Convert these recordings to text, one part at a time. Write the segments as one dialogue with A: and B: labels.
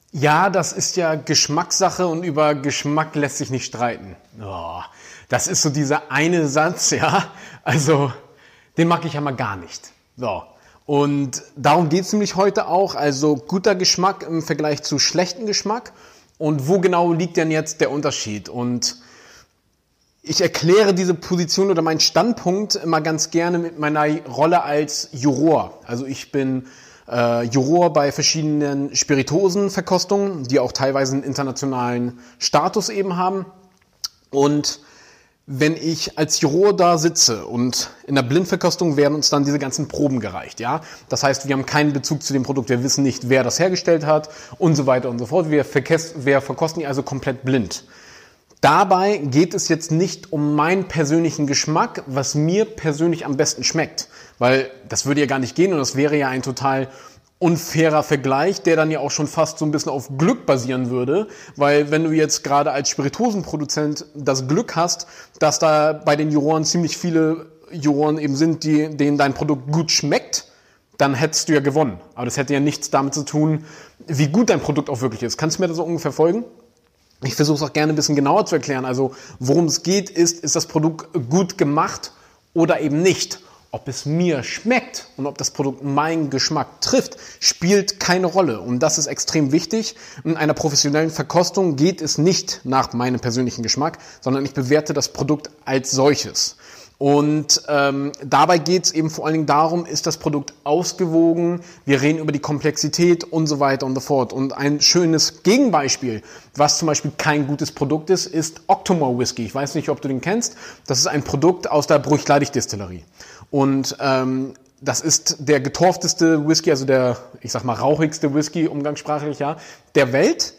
A: Ja, das ist ja Geschmackssache und über Geschmack lässt sich nicht streiten. Oh, das ist so dieser eine Satz, ja, also den mag ich ja mal gar nicht. So. Und darum geht es nämlich heute auch, also guter Geschmack im Vergleich zu schlechtem Geschmack und wo genau liegt denn jetzt der Unterschied? Und ich erkläre diese Position oder meinen Standpunkt immer ganz gerne mit meiner Rolle als Juror. Also ich bin Juror bei verschiedenen Spirituosenverkostungen, die auch teilweise einen internationalen Status eben haben. Und wenn ich als Juror da sitze und in der Blindverkostung werden uns dann diese ganzen Proben gereicht, ja. Das heißt, wir haben keinen Bezug zu dem Produkt, wir wissen nicht, wer das hergestellt hat und so weiter und so fort. Wir verkosten die also komplett blind. Dabei geht es jetzt nicht um meinen persönlichen Geschmack, was mir persönlich am besten schmeckt. Weil das würde ja gar nicht gehen und das wäre ja ein total unfairer Vergleich, der dann ja auch schon fast so ein bisschen auf Glück basieren würde. Weil wenn du jetzt gerade als Spirituosenproduzent das Glück hast, dass da bei den Juroren ziemlich viele Juroren eben sind, denen dein Produkt gut schmeckt, dann hättest du ja gewonnen. Aber das hätte ja nichts damit zu tun, wie gut dein Produkt auch wirklich ist. Kannst du mir das so ungefähr folgen? Ich versuche es auch gerne ein bisschen genauer zu erklären. Also worum es geht, ist das Produkt gut gemacht oder eben nicht. Ob es mir schmeckt und ob das Produkt meinen Geschmack trifft, spielt keine Rolle. Und das ist extrem wichtig. In einer professionellen Verkostung geht es nicht nach meinem persönlichen Geschmack, sondern ich bewerte das Produkt als solches. Und dabei geht es eben vor allen Dingen darum, ist das Produkt ausgewogen, wir reden über die Komplexität und so weiter und so fort. Und ein schönes Gegenbeispiel, was zum Beispiel kein gutes Produkt ist Octomore Whisky. Ich weiß nicht, ob du den kennst. Das ist ein Produkt aus der Bruichladdich-Distillerie. Und das ist der getorfteste Whisky, also der, ich sag mal, rauchigste Whisky, umgangssprachlich, ja, der Welt.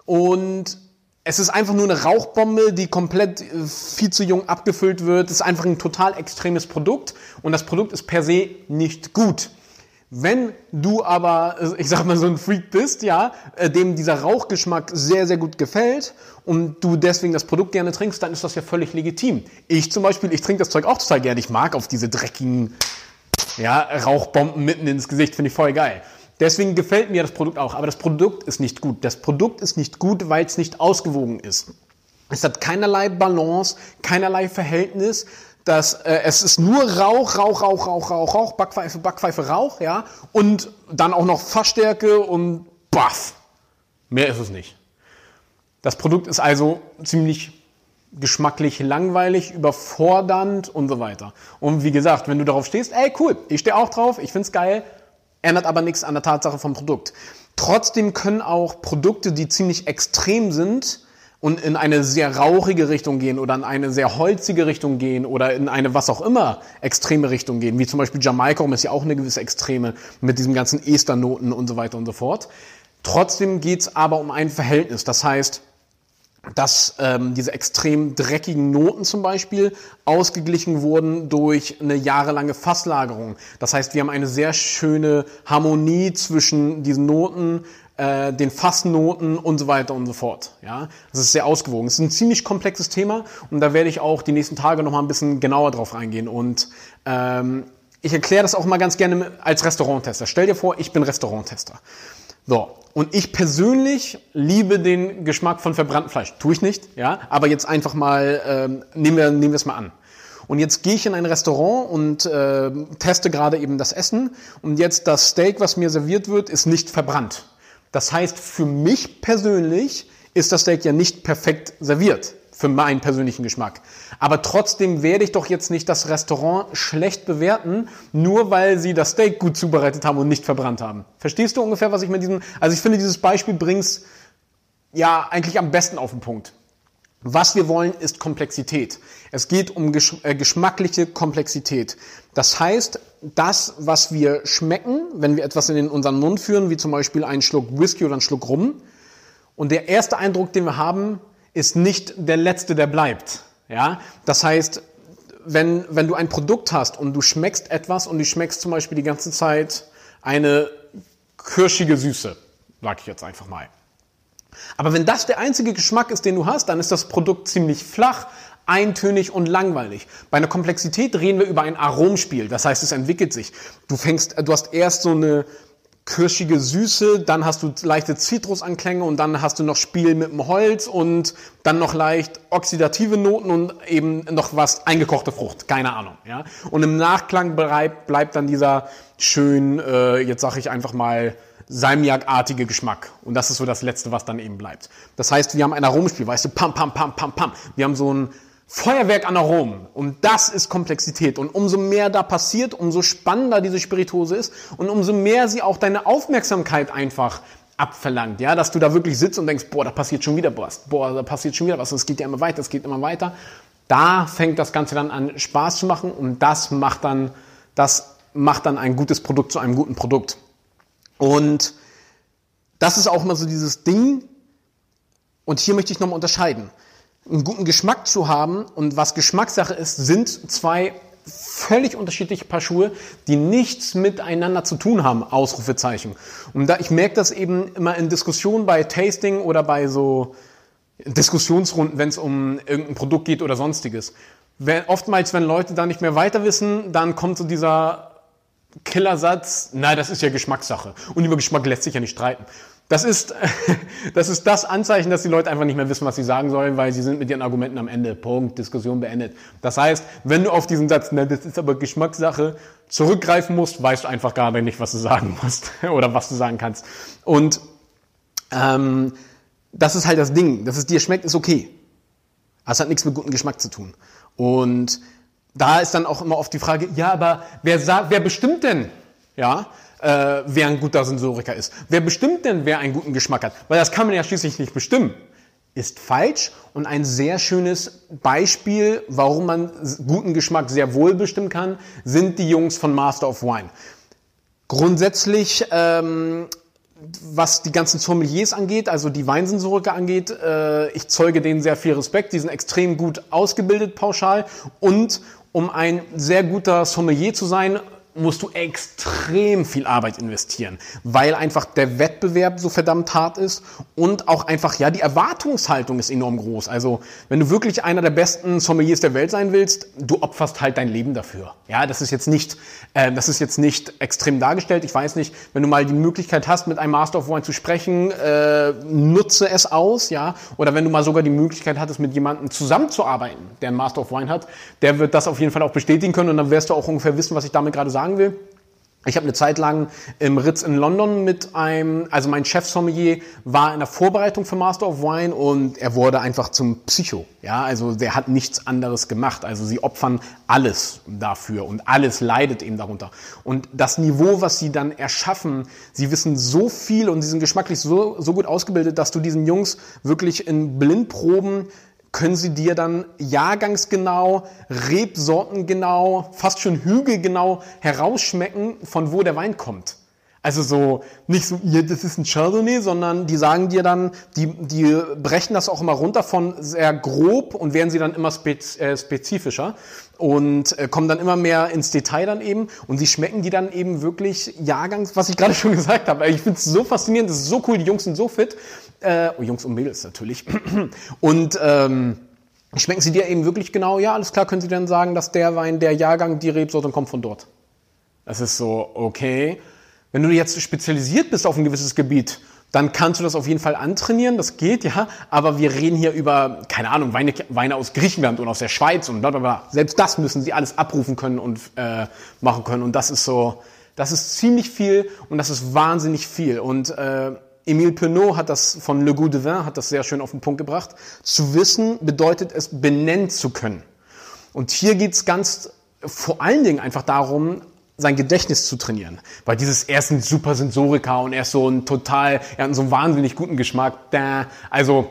A: Und es ist einfach nur eine Rauchbombe, die komplett viel zu jung abgefüllt wird. Es ist einfach ein total extremes Produkt und das Produkt ist per se nicht gut. Wenn du aber, ich sag mal, so ein Freak bist, ja, dem dieser Rauchgeschmack sehr, sehr gut gefällt und du deswegen das Produkt gerne trinkst, dann ist das ja völlig legitim. Ich zum Beispiel, ich trinke das Zeug auch total gerne. Ich mag auf diese dreckigen, ja, Rauchbomben mitten ins Gesicht, finde ich voll geil. Deswegen gefällt mir das Produkt auch, aber das Produkt ist nicht gut. Das Produkt ist nicht gut, weil es nicht ausgewogen ist. Es hat keinerlei Balance, keinerlei Verhältnis. Es ist nur Rauch, Backpfeife, Rauch, ja, und dann auch noch Fassstärke und baff. Mehr ist es nicht. Das Produkt ist also ziemlich geschmacklich langweilig, überfordernd und so weiter. Und wie gesagt, wenn du darauf stehst, ey cool, ich stehe auch drauf, ich find's geil, ändert aber nichts an der Tatsache vom Produkt. Trotzdem können auch Produkte, die ziemlich extrem sind und in eine sehr rauchige Richtung gehen oder in eine sehr holzige Richtung gehen oder in eine was auch immer extreme Richtung gehen, wie zum Beispiel Jamaika Rum ist ja auch eine gewisse Extreme mit diesen ganzen Esternoten und so weiter und so fort. Trotzdem geht's aber um ein Verhältnis. Das heißt, dass diese extrem dreckigen Noten zum Beispiel ausgeglichen wurden durch eine jahrelange Fasslagerung. Das heißt, wir haben eine sehr schöne Harmonie zwischen diesen Noten, den Fassnoten und so weiter und so fort. Ja, das ist sehr ausgewogen. Es ist ein ziemlich komplexes Thema und da werde ich auch die nächsten Tage noch mal ein bisschen genauer drauf eingehen. Und ich erkläre das auch mal ganz gerne als Restauranttester. Stell dir vor, ich bin Restauranttester. So, und ich persönlich liebe den Geschmack von verbranntem Fleisch. Tue ich nicht, ja, aber jetzt einfach mal, nehmen wir es mal an. Und jetzt gehe ich in ein Restaurant und teste gerade eben das Essen und jetzt das Steak, was mir serviert wird, ist nicht verbrannt. Das heißt, für mich persönlich ist das Steak ja nicht perfekt serviert, für meinen persönlichen Geschmack. Aber trotzdem werde ich doch jetzt nicht das Restaurant schlecht bewerten, nur weil sie das Steak gut zubereitet haben und nicht verbrannt haben. Verstehst du ungefähr, was ich mit diesem... Also ich finde, dieses Beispiel bringt's ja eigentlich am besten auf den Punkt. Was wir wollen, ist Komplexität. Es geht um geschmackliche Komplexität. Das heißt, das, was wir schmecken, wenn wir etwas in unseren Mund führen, wie zum Beispiel einen Schluck Whisky oder einen Schluck Rum, und der erste Eindruck, den wir haben, ist nicht der letzte, der bleibt. Ja? Das heißt, wenn du ein Produkt hast und du schmeckst etwas und du schmeckst zum Beispiel die ganze Zeit eine kirschige Süße, sag ich jetzt einfach mal. Aber wenn das der einzige Geschmack ist, den du hast, dann ist das Produkt ziemlich flach, eintönig und langweilig. Bei einer Komplexität reden wir über ein Aromspiel. Das heißt, es entwickelt sich. Du hast erst so eine kirschige Süße, dann hast du leichte Zitrusanklänge und dann hast du noch Spiel mit dem Holz und dann noch leicht oxidative Noten und eben noch was eingekochte Frucht, keine Ahnung. Ja? Und im Nachklang bleibt dann dieser schön, jetzt sage ich einfach mal, salmiakartige Geschmack. Und das ist so das Letzte, was dann eben bleibt. Das heißt, wir haben ein Aromenspiel, weißt du, pam, pam, pam, pam, pam. Wir haben so ein Feuerwerk an Aromen. Und das ist Komplexität. Und umso mehr da passiert, umso spannender diese Spirituose ist und umso mehr sie auch deine Aufmerksamkeit einfach abverlangt. Ja, dass du da wirklich sitzt und denkst, boah, da passiert schon wieder was. Boah, da passiert schon wieder was. Und es geht ja immer weiter, es geht immer weiter. Da fängt das Ganze dann an, Spaß zu machen. Und das macht dann ein gutes Produkt zu einem guten Produkt. Und das ist auch mal so dieses Ding. Und hier möchte ich nochmal unterscheiden. Einen guten Geschmack zu haben und was Geschmackssache ist, sind zwei völlig unterschiedliche Paar Schuhe, die nichts miteinander zu tun haben, Ausrufezeichen. Und ich merke das eben immer in Diskussionen bei Tasting oder bei so Diskussionsrunden, wenn es um irgendein Produkt geht oder sonstiges. Oftmals, wenn Leute da nicht mehr weiter wissen, dann kommt so dieser Killersatz, na, das ist ja Geschmackssache. Und über Geschmack lässt sich ja nicht streiten. Das ist das Anzeichen, dass die Leute einfach nicht mehr wissen, was sie sagen sollen, weil sie sind mit ihren Argumenten am Ende. Punkt, Diskussion beendet. Das heißt, wenn du auf diesen Satz, na, das ist aber Geschmackssache, zurückgreifen musst, weißt du einfach gar nicht, was du sagen musst oder was du sagen kannst. Und das ist halt das Ding. Dass es dir schmeckt, ist okay. Das hat nichts mit gutem Geschmack zu tun. Und da ist dann auch immer oft die Frage, ja, aber wer bestimmt denn, ja, wer ein guter Sensoriker ist? Wer bestimmt denn, wer einen guten Geschmack hat? Weil das kann man ja schließlich nicht bestimmen. Ist falsch und ein sehr schönes Beispiel, warum man guten Geschmack sehr wohl bestimmen kann, sind die Jungs von Master of Wine. Grundsätzlich, was die ganzen Sommeliers angeht, also die Weinsensoriker angeht, ich zeuge denen sehr viel Respekt. Die sind extrem gut ausgebildet pauschal und um ein sehr guter Sommelier zu sein, musst du extrem viel Arbeit investieren, weil einfach der Wettbewerb so verdammt hart ist und auch einfach, ja, die Erwartungshaltung ist enorm groß. Also, wenn du wirklich einer der besten Sommeliers der Welt sein willst, du opferst halt dein Leben dafür. Ja, das ist jetzt nicht extrem dargestellt. Ich weiß nicht, wenn du mal die Möglichkeit hast, mit einem Master of Wine zu sprechen, nutze es aus, ja. Oder wenn du mal sogar die Möglichkeit hattest, mit jemandem zusammenzuarbeiten, der einen Master of Wine hat, der wird das auf jeden Fall auch bestätigen können und dann wirst du auch ungefähr wissen, was ich damit gerade sagen will. Ich habe eine Zeit lang im Ritz in London mein Chef-Sommelier war in der Vorbereitung für Master of Wine und er wurde einfach zum Psycho. Ja, also der hat nichts anderes gemacht. Also sie opfern alles dafür und alles leidet eben darunter. Und das Niveau, was sie dann erschaffen, sie wissen so viel und sie sind geschmacklich so gut ausgebildet, dass du diesen Jungs wirklich in Blindproben können sie dir dann jahrgangsgenau, rebsortengenau, fast schon hügelgenau herausschmecken, von wo der Wein kommt. Also so, nicht so, ja, das ist ein Chardonnay, sondern die sagen dir dann, die brechen das auch immer runter von sehr grob und werden sie dann immer spezifischer und kommen dann immer mehr ins Detail dann eben und sie schmecken die dann eben wirklich jahrgangs, was ich gerade schon gesagt habe. Ich finde es so faszinierend, das ist so cool, die Jungs sind so fit. Jungs und Mädels natürlich. Und schmecken sie dir eben wirklich genau, ja, alles klar, können sie dann sagen, dass der Wein, der Jahrgang, die Rebsorte kommt von dort. Das ist so, okay. Wenn du jetzt spezialisiert bist auf ein gewisses Gebiet, dann kannst du das auf jeden Fall antrainieren, das geht, ja, aber wir reden hier über, keine Ahnung, Weine aus Griechenland und aus der Schweiz und bla bla bla. Selbst das müssen sie alles abrufen können und machen können und das ist so, das ist ziemlich viel und das ist wahnsinnig viel und Émile Pernot hat das von Le Goût de Vin, hat das sehr schön auf den Punkt gebracht. Zu wissen bedeutet es, benennen zu können. Und hier geht es ganz vor allen Dingen einfach darum, sein Gedächtnis zu trainieren. Weil er ist ein super Sensoriker und er ist so er hat so einen wahnsinnig guten Geschmack. Also,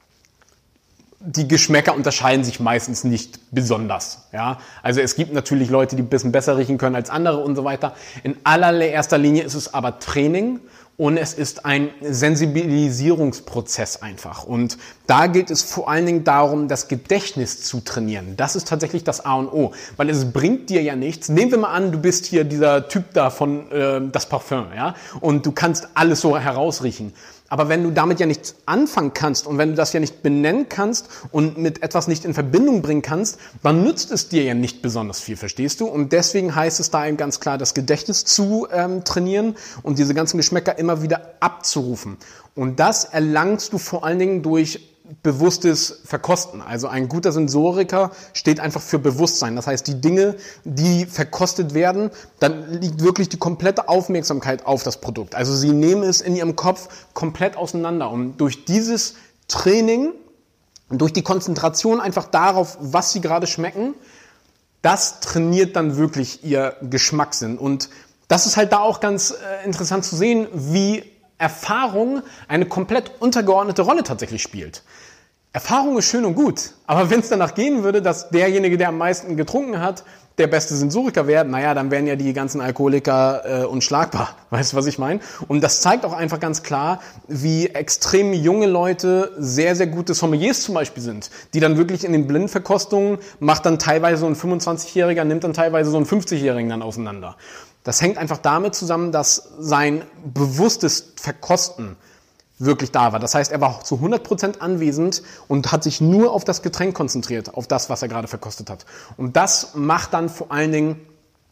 A: die Geschmäcker unterscheiden sich meistens nicht besonders. Ja? Also es gibt natürlich Leute, die ein bisschen besser riechen können als andere und so weiter. In allererster Linie ist es aber Training und es ist ein Sensibilisierungsprozess einfach. Und da geht es vor allen Dingen darum, das Gedächtnis zu trainieren. Das ist tatsächlich das A und O, weil es bringt dir ja nichts. Nehmen wir mal an, du bist hier dieser Typ da von das Parfüm, ja, und du kannst alles so herausriechen. Aber wenn du damit ja nicht anfangen kannst und wenn du das ja nicht benennen kannst und mit etwas nicht in Verbindung bringen kannst, dann nützt es dir ja nicht besonders viel, verstehst du? Und deswegen heißt es da eben ganz klar, das Gedächtnis zu trainieren und diese ganzen Geschmäcker immer wieder abzurufen. Und das erlangst du vor allen Dingen durch bewusstes Verkosten. Also ein guter Sensoriker steht einfach für Bewusstsein. Das heißt, die Dinge, die verkostet werden, dann liegt wirklich die komplette Aufmerksamkeit auf das Produkt. Also sie nehmen es in ihrem Kopf komplett auseinander. Und durch dieses Training, durch die Konzentration einfach darauf, was sie gerade schmecken, das trainiert dann wirklich ihr Geschmackssinn. Und das ist halt da auch ganz interessant zu sehen, wie Erfahrung eine komplett untergeordnete Rolle tatsächlich spielt. Erfahrung ist schön und gut, aber wenn es danach gehen würde, dass derjenige, der am meisten getrunken hat, der beste Sensoriker wäre, naja, dann wären ja die ganzen Alkoholiker unschlagbar. Weißt du, was ich meine? Und das zeigt auch einfach ganz klar, wie extrem junge Leute sehr, sehr gute Sommeliers zum Beispiel sind, die dann wirklich in den Blindverkostungen macht dann teilweise so ein 25-Jähriger, nimmt dann teilweise so einen 50-Jährigen dann auseinander. Das hängt einfach damit zusammen, dass sein bewusstes Verkosten wirklich da war. Das heißt, er war zu 100% anwesend und hat sich nur auf das Getränk konzentriert, auf das, was er gerade verkostet hat. Und das macht dann vor allen Dingen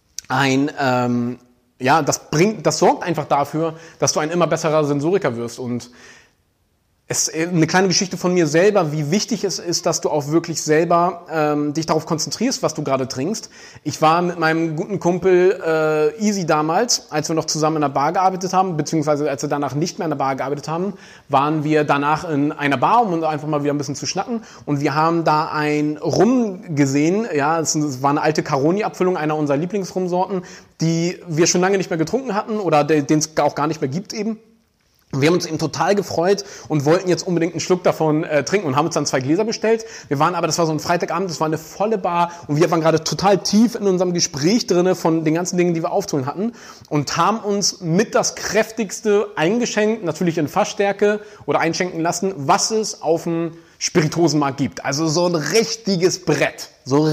A: das sorgt einfach dafür, dass du ein immer besserer Sensoriker wirst. Und es ist eine kleine Geschichte von mir selber, wie wichtig es ist, dass du auch wirklich selber dich darauf konzentrierst, was du gerade trinkst. Ich war mit meinem guten Kumpel Easy damals, als wir noch zusammen in der Bar gearbeitet haben, beziehungsweise als wir danach nicht mehr in der Bar gearbeitet haben, waren wir danach in einer Bar, um einfach mal wieder ein bisschen zu schnacken. Und wir haben da ein Rum gesehen, ja, es war eine alte Caroni-Abfüllung, einer unserer Lieblingsrumsorten, die wir schon lange nicht mehr getrunken hatten oder den es auch gar nicht mehr gibt eben. Wir haben uns eben total gefreut und wollten jetzt unbedingt einen Schluck davon trinken und haben uns dann 2 Gläser bestellt. Wir waren aber, das war so ein Freitagabend, das war eine volle Bar und wir waren gerade total tief in unserem Gespräch drinne von den ganzen Dingen, die wir aufzuholen hatten und haben uns mit das Kräftigste eingeschenkt, natürlich in Fassstärke oder einschenken lassen, was es auf dem Spirituosenmarkt gibt. Also so ein richtiges Brett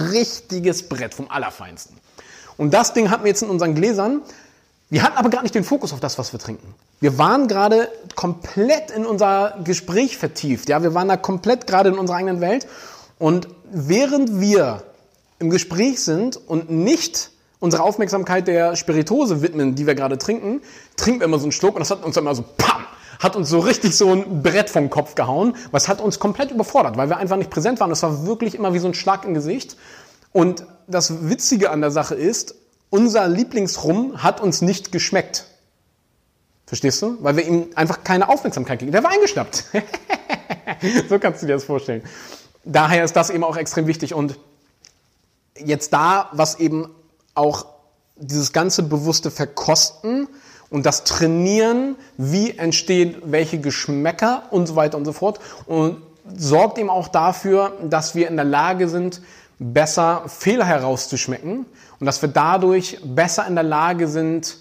A: vom Allerfeinsten. Und das Ding hatten wir jetzt in unseren Gläsern. Wir hatten aber gar nicht den Fokus auf das, was wir trinken. Wir waren gerade komplett in unser Gespräch vertieft. Ja, wir waren da komplett gerade in unserer eigenen Welt. Und während wir im Gespräch sind und nicht unsere Aufmerksamkeit der Spirituose widmen, die wir gerade trinken, trinken wir immer so einen Schluck und das hat uns immer so hat uns so richtig so ein Brett vom Kopf gehauen. Was hat uns komplett überfordert, weil wir einfach nicht präsent waren. Das war wirklich immer wie so ein Schlag im Gesicht. Und das Witzige an der Sache ist, unser Lieblingsrum hat uns nicht geschmeckt. Verstehst du? Weil wir ihm einfach keine Aufmerksamkeit geben. Der war eingeschnappt. So kannst du dir das vorstellen. Daher ist das eben auch extrem wichtig. Und jetzt da, was eben auch dieses ganze bewusste Verkosten und das Trainieren, wie entstehen welche Geschmäcker und so weiter und so fort. Und sorgt eben auch dafür, dass wir in der Lage sind, besser Fehler herauszuschmecken und dass wir dadurch besser in der Lage sind,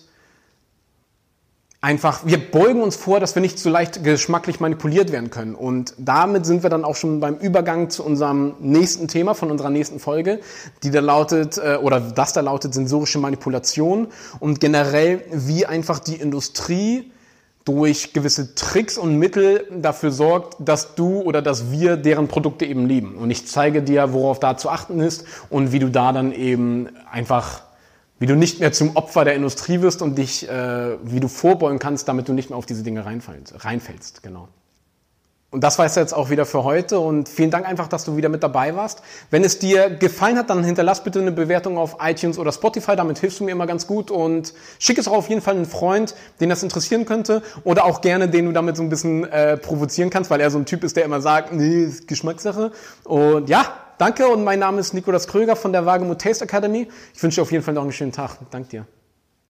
A: wir beugen uns vor, dass wir nicht so leicht geschmacklich manipuliert werden können. Und damit sind wir dann auch schon beim Übergang zu unserem nächsten Thema von unserer nächsten Folge, das da lautet sensorische Manipulation und generell, wie einfach die Industrie durch gewisse Tricks und Mittel dafür sorgt, dass du oder dass wir deren Produkte eben lieben. Und ich zeige dir, worauf da zu achten ist und wie du da dann eben wie du nicht mehr zum Opfer der Industrie wirst und wie du vorbeugen kannst, damit du nicht mehr auf diese Dinge reinfällst. Genau. Und das war es jetzt auch wieder für heute und vielen Dank einfach, dass du wieder mit dabei warst. Wenn es dir gefallen hat, dann hinterlass bitte eine Bewertung auf iTunes oder Spotify, damit hilfst du mir immer ganz gut und schick es auch auf jeden Fall einen Freund, den das interessieren könnte oder auch gerne, den du damit so ein bisschen provozieren kannst, weil er so ein Typ ist, der immer sagt, nee, ist Geschmackssache. Und ja, danke und mein Name ist Nikolas Kröger von der Wagemut Taste Academy. Ich wünsche dir auf jeden Fall noch einen schönen Tag. Danke dir.